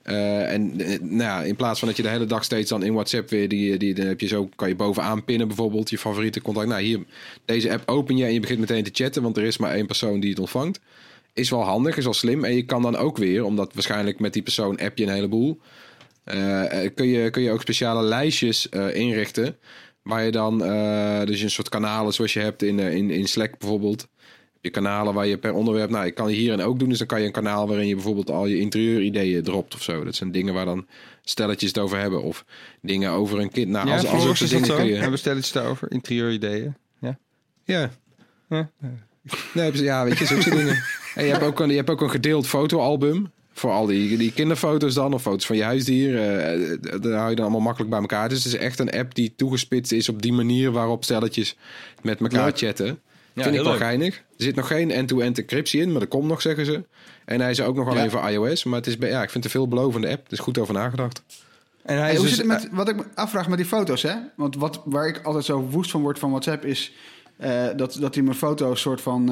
In plaats van dat je de hele dag steeds dan in WhatsApp weer dan heb je zo, kan je bovenaan pinnen bijvoorbeeld je favoriete contact. Nou, hier deze app open je en je begint meteen te chatten, want er is maar 1 persoon die het ontvangt. Is wel handig, is wel slim. En je kan dan ook weer, omdat waarschijnlijk met die persoon app je een heleboel, kun je ook speciale lijstjes inrichten waar je dan dus een soort kanalen zoals je hebt in Slack bijvoorbeeld. Je kanalen waar je per onderwerp... Nou, ik kan hierin ook doen. Dus dan kan je een kanaal waarin je bijvoorbeeld al je interieur-ideeën dropt of zo. Dat zijn dingen waar dan stelletjes het over hebben. Of dingen over een kind. Nou, als is dat dingen zo? kun je... Hebben stelletjes daarover? Interieur-ideeën? Ja. Nee, ja, weet je, zulke dingen. En je hebt ook een gedeeld fotoalbum. Voor al die kinderfoto's dan. Of foto's van je huisdier. Daar hou je dan allemaal makkelijk bij elkaar. Dus het is echt een app die toegespitst is op die manier waarop stelletjes met elkaar chatten. Ja, vind ik wel geinig. Er zit nog geen end-to-end encryptie in, maar dat komt nog, zeggen ze. En hij is ook nog wel even voor iOS. Maar het is, ik vind het een veelbelovende app. Er is goed over nagedacht. En hij hoe zit het met, wat ik me afvraag met die foto's, hè? Want waar ik altijd zo woest van word van WhatsApp is... dat hij mijn foto's soort van...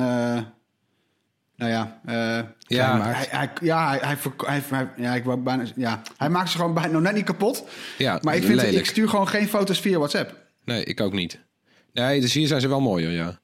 hij maakt ze gewoon bijna nog net niet kapot. Ja, maar ik stuur gewoon geen foto's via WhatsApp. Nee, ik ook niet. Nee, dus hier zijn ze wel mooier, ja.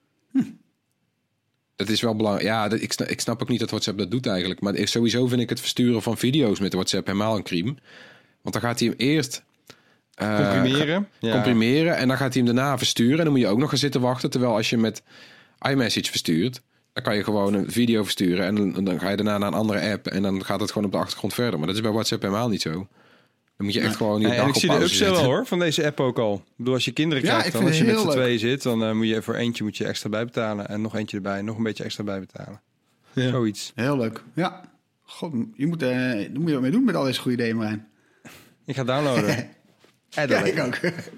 Dat is wel belangrijk. Ja, ik snap ook niet dat WhatsApp dat doet eigenlijk. Maar sowieso vind ik het versturen van video's met WhatsApp helemaal een crime. Want dan gaat hij hem eerst... comprimeren. En dan gaat hij hem daarna versturen. En dan moet je ook nog gaan zitten wachten. Terwijl als je met iMessage verstuurt... dan kan je gewoon een video versturen. En dan ga je daarna naar een andere app. En dan gaat het gewoon op de achtergrond verder. Maar dat is bij WhatsApp helemaal niet zo. Dan moet je echt gewoon... En ik zie de upsell wel, hoor, van deze app ook al. Ik bedoel, als je kinderen krijgt, dan als je met z'n tweeën zit... dan moet je voor eentje moet je extra bijbetalen. En nog eentje erbij, nog een beetje extra bijbetalen. Ja. Zoiets. Heel leuk. Ja. God, je moet wat mee doen met al deze goede ideeën, Marijn. Ik ga downloaden. Ja, ik ook.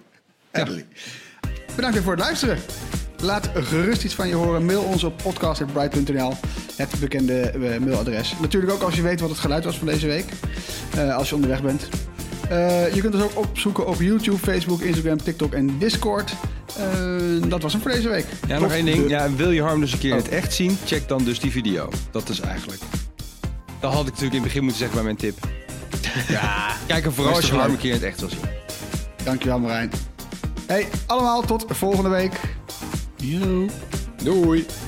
Bedankt voor het luisteren. Laat gerust iets van je horen. Mail ons op podcast@bright.nl. Het bekende mailadres. Natuurlijk ook als je weet wat het geluid was van deze week. Als je onderweg bent. Je kunt ons ook opzoeken op YouTube, Facebook, Instagram, TikTok en Discord. Dat was hem voor deze week. Ja, nog één ding. Ja, wil je Harm dus een keer in het echt zien? Check dan dus die video. Dat is eigenlijk... Dat had ik natuurlijk in het begin moeten zeggen bij mijn tip. Ja, kijk er vooral als je Harm een keer in het echt wil zien. Dankjewel, Marijn. Hey, allemaal tot volgende week. Yo. Doei.